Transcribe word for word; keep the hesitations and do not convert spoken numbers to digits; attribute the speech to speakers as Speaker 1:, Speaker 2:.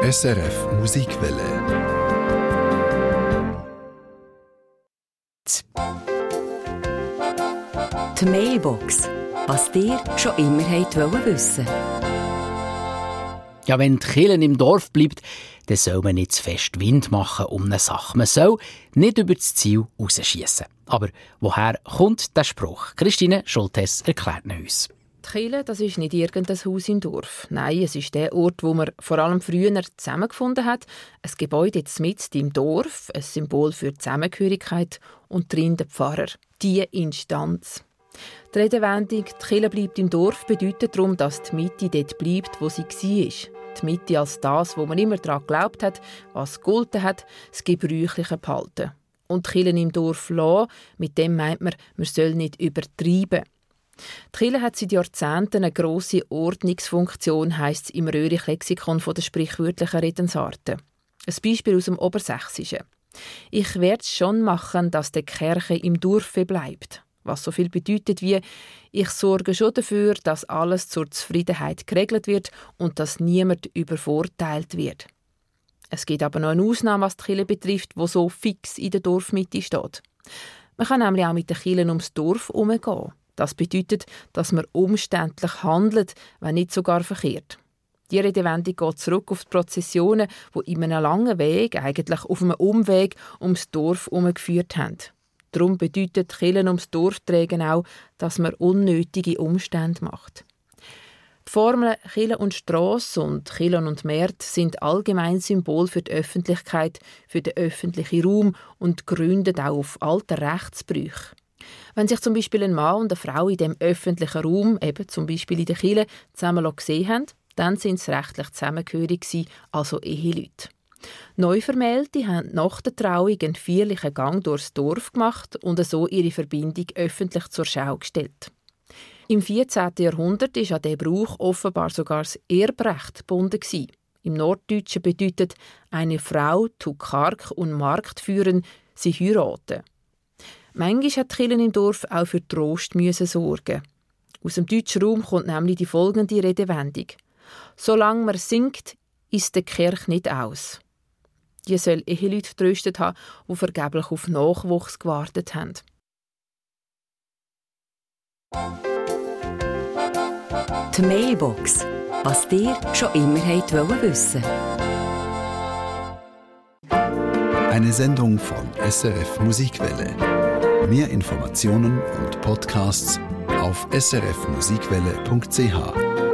Speaker 1: S R F Musikwelle.
Speaker 2: Die Mailbox. Was dir schon immer wollt wissen.
Speaker 3: Ja, wenn die Kirche im Dorf bleibt, dann soll man nicht zu fest Wind machen um eine Sache. Man soll nicht über das Ziel rausschiessen. Aber woher kommt der Spruch? Christine Schultes erklärt uns.
Speaker 4: Die Kirche, das ist nicht irgendein Haus im Dorf. Nein, es ist der Ort, wo man vor allem früher zusammengefunden hat. Ein Gebäude jetzt mitten im Dorf, ein Symbol für die Zusammengehörigkeit und drin der Pfarrer. Die Instanz. Die Redewendung «Die Kirche bleibt im Dorf» bedeutet darum, dass die Mitte dort bleibt, wo sie war. Die Mitte als das, wo man immer daran geglaubt hat, was gegolten hat, das Gebräuchliche behalten. Und die Kirche im Dorf lassen, mit dem meint man, man soll nicht übertreiben. Die Kirche hat seit Jahrzehnten eine grosse Ordnungsfunktion, heisst es im Röhrig-Lexikon der sprichwörtlichen Redensarten. Ein Beispiel aus dem Obersächsischen. «Ich werde es schon machen, dass die Kirche im Dorfe bleibt». Was so viel bedeutet wie, ich sorge schon dafür, dass alles zur Zufriedenheit geregelt wird und dass niemand übervorteilt wird. Es gibt aber noch eine Ausnahme, was die Kirche betrifft, die so fix in der Dorfmitte steht. Man kann nämlich auch mit den Kirchen ums Dorf herumgehen. Das bedeutet, dass man umständlich handelt, wenn nicht sogar verkehrt. Die Redewendung geht zurück auf die Prozessionen, die in einem langen Weg, eigentlich auf einem Umweg, ums Dorf herumgeführt haben. Darum bedeutet Kirchen ums Dorf tragen auch, dass man unnötige Umstände macht. Die Formeln Kirche und Strasse und Kirchen und Märkte sind allgemein Symbol für die Öffentlichkeit, für den öffentlichen Raum und gründen auch auf alten Rechtsbrüchen. Wenn sich zum Beispiel ein Mann und eine Frau in dem öffentlichen Raum, eben zum Beispiel in der Kirche, zusammen gesehen haben, dann sind sie rechtlich zusammengehörig gewesen, also Eheleute. Neuvermählte haben nach der Trauung einen feierlichen Gang durchs Dorf gemacht und so ihre Verbindung öffentlich zur Schau gestellt. Im vierzehnten Jahrhundert war an diesen Brauch offenbar sogar das Erbrecht gebunden. Im Norddeutschen bedeutet eine Frau zu Kark und Markt führen, sie heiraten. Manchmal hat die Kirche im Dorf auch für Trost sorgen. Aus dem deutschen Raum kommt nämlich die folgende Redewendung. «Solange man singt, ist die Kirche nicht aus». Die soll Eheleute vertröstet haben, die vergeblich auf Nachwuchs gewartet haben.
Speaker 2: Die Mailbox. Was dir schon immer wollt wissen.
Speaker 1: Eine Sendung von S R F Musikwelle. Mehr Informationen und Podcasts auf s r f musikwelle punkt c h.